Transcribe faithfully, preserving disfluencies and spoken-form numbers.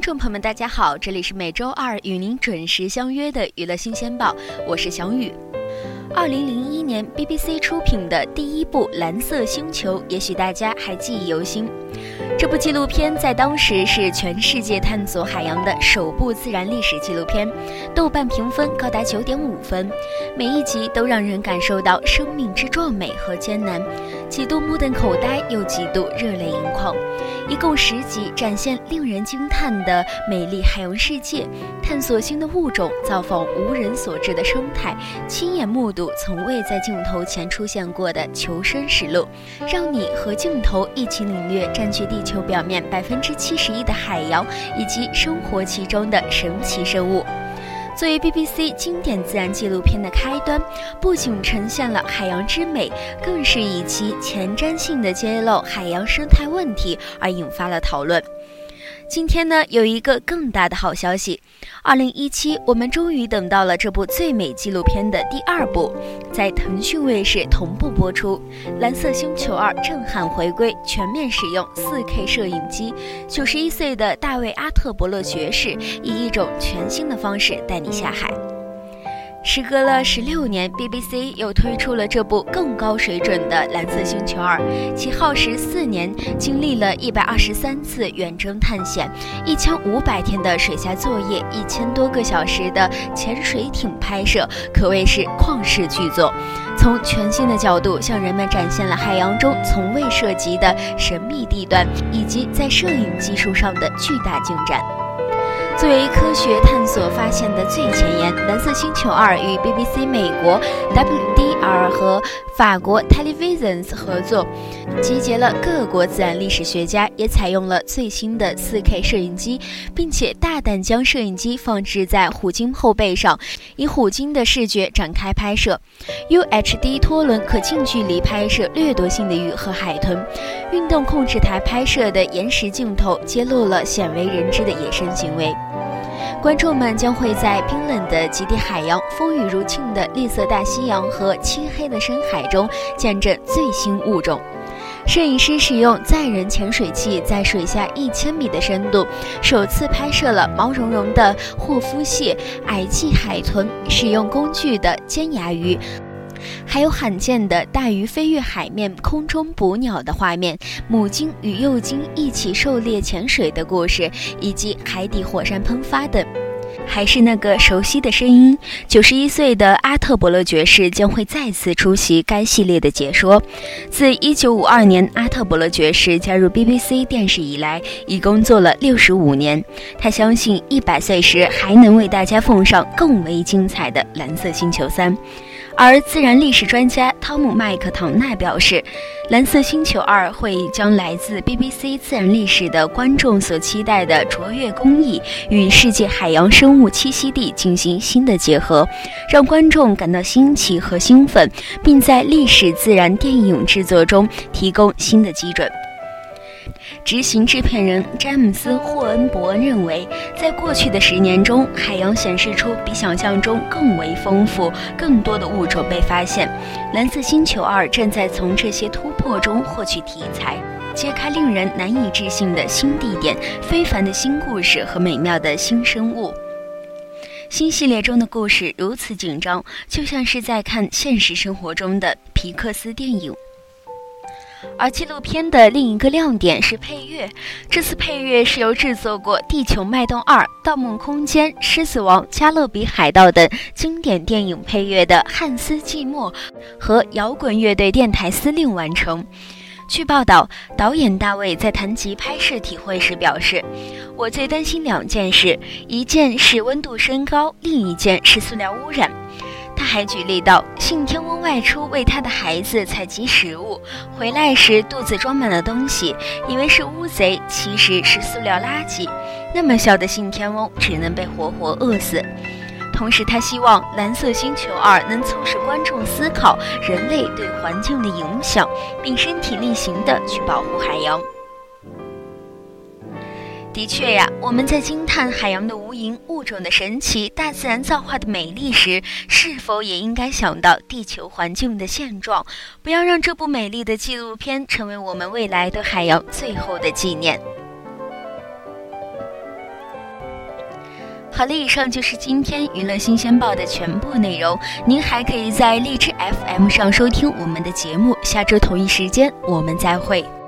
众朋友们大家好，这里是每周二与您准时相约的娱乐新鲜报，我是小雨。二零零一年 B B C 出品的第一部《蓝色星球》，也许大家还记忆犹新。这部纪录片在当时是全世界探索海洋的首部自然历史纪录片，豆瓣评分高达 九点五 分，每一集都让人感受到生命之壮美和艰难，几度目瞪口呆，又几度热泪盈眶。一共十集，展现令人惊叹的美丽海洋世界，探索新的物种，造访无人所知的生态，亲眼目睹从未在镜头前出现过的求生实录，让你和镜头一起领略占据地球表面百分之七十一的海洋以及生活其中的神奇生物。作为 B B C 经典自然纪录片的开端，不仅呈现了海洋之美，更是以其前瞻性的揭露海洋生态问题而引发了讨论。今天呢，有一个更大的好消息，二零一七我们终于等到了这部最美纪录片的第二部，在腾讯卫视同步播出。蓝色星球二震撼回归，全面使用 四K 摄影机，九十一岁的大卫阿特伯勒爵士以一种全新的方式带你下海。时隔了十六年 ，B B C 又推出了这部更高水准的《蓝色星球二》，其耗时四年，经历了一百二十三次远征探险，一千五百天的水下作业，一千多个小时的潜水艇拍摄，可谓是旷世巨作。从全新的角度向人们展现了海洋中从未涉及的神秘地段，以及在摄影技术上的巨大进展。作为科学探索发现的最前沿，蓝色星球二与 B B C 美国 W D R 和法国 Televisions 合作，集结了各国自然历史学家，也采用了最新的 四K 摄影机，并且大胆将摄影机放置在虎鲸后背上，以虎鲸的视觉展开拍摄。U H D 拖轮可近距离拍摄掠夺性的鱼和海豚，运动控制台拍摄的延时镜头揭露了鲜为人知的野生行为。观众们将会在冰冷的极地海洋、风雨如侵的绿色大西洋和漆黑的深海中见证最新物种。摄影师使用载人潜水器，在水下一千米的深度，首次拍摄了毛茸茸的霍夫蟹、矮髻海豚、使用工具的尖牙鱼，还有罕见的大鱼飞越海面空中捕鸟的画面，母鲸与幼鲸一起狩猎潜水的故事，以及海底火山喷发等。还是那个熟悉的声音，九十一岁的阿特伯勒爵士将会再次出席该系列的解说。自一九五二年阿特伯勒爵士加入 B B C 电视以来，已工作了六十五年，他相信一百岁时还能为大家奉上更为精彩的蓝色星球三。而自然历史专家汤姆·麦克唐纳表示，蓝色星球二会将来自 B B C 自然历史的观众所期待的卓越工艺与世界海洋生物栖息地进行新的结合，让观众感到新奇和兴奋，并在历史自然电影制作中提供新的基准。执行制片人詹姆斯·霍恩伯恩认为，在过去的十年中，海洋显示出比想象中更为丰富，更多的物种被发现。蓝色星球二正在从这些突破中获取题材，揭开令人难以置信的新地点、非凡的新故事和美妙的新生物。新系列中的故事如此紧张，就像是在看现实生活中的皮克斯电影。而纪录片的另一个亮点是配乐，这次配乐是由制作过《地球脉动二》《盗梦空间》《狮子王》《加勒比海盗》等经典电影配乐的汉斯·季默和摇滚乐队电台司令完成。据报道，导演大卫在谈及拍摄体会时表示，我最担心两件事，一件是温度升高，另一件是塑料污染。他还举例到，信天翁外出为他的孩子采集食物，回来时肚子装满了东西，以为是乌贼，其实是塑料垃圾。那么小的信天翁只能被活活饿死。同时他希望蓝色星球二能促使观众思考人类对环境的影响，并身体力行地去保护海洋。的确呀，我们在惊叹海洋的无垠、物种的神奇、大自然造化的美丽时，是否也应该想到地球环境的现状？不要让这部美丽的纪录片成为我们未来对海洋最后的纪念。 好了，以上就是今天娱乐新鲜报的全部内容。您还可以在荔枝 F M 上收听我们的节目，下周同一时间我们再会。